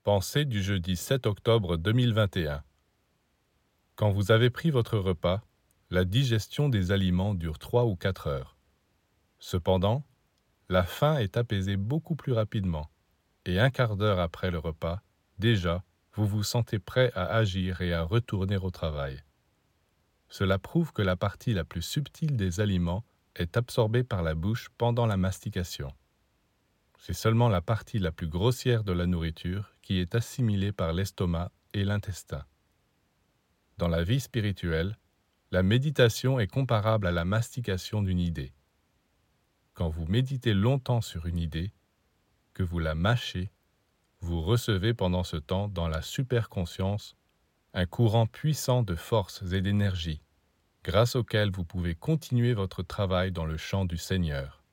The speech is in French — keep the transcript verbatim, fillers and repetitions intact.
Pensée du jeudi sept octobre deux mille vingt et un. Quand vous avez pris votre repas, la digestion des aliments dure trois ou quatre heures. Cependant, la faim est apaisée beaucoup plus rapidement, et un quart d'heure après le repas, déjà, vous vous sentez prêt à agir et à retourner au travail. Cela prouve que la partie la plus subtile des aliments est absorbée par la bouche pendant la mastication. C'est seulement la partie la plus grossière de la nourriture qui est assimilée par l'estomac et l'intestin. Dans la vie spirituelle, la méditation est comparable à la mastication d'une idée. Quand vous méditez longtemps sur une idée, que vous la mâchez, vous recevez pendant ce temps dans la superconscience un courant puissant de forces et d'énergie, grâce auquel vous pouvez continuer votre travail dans le champ du Seigneur.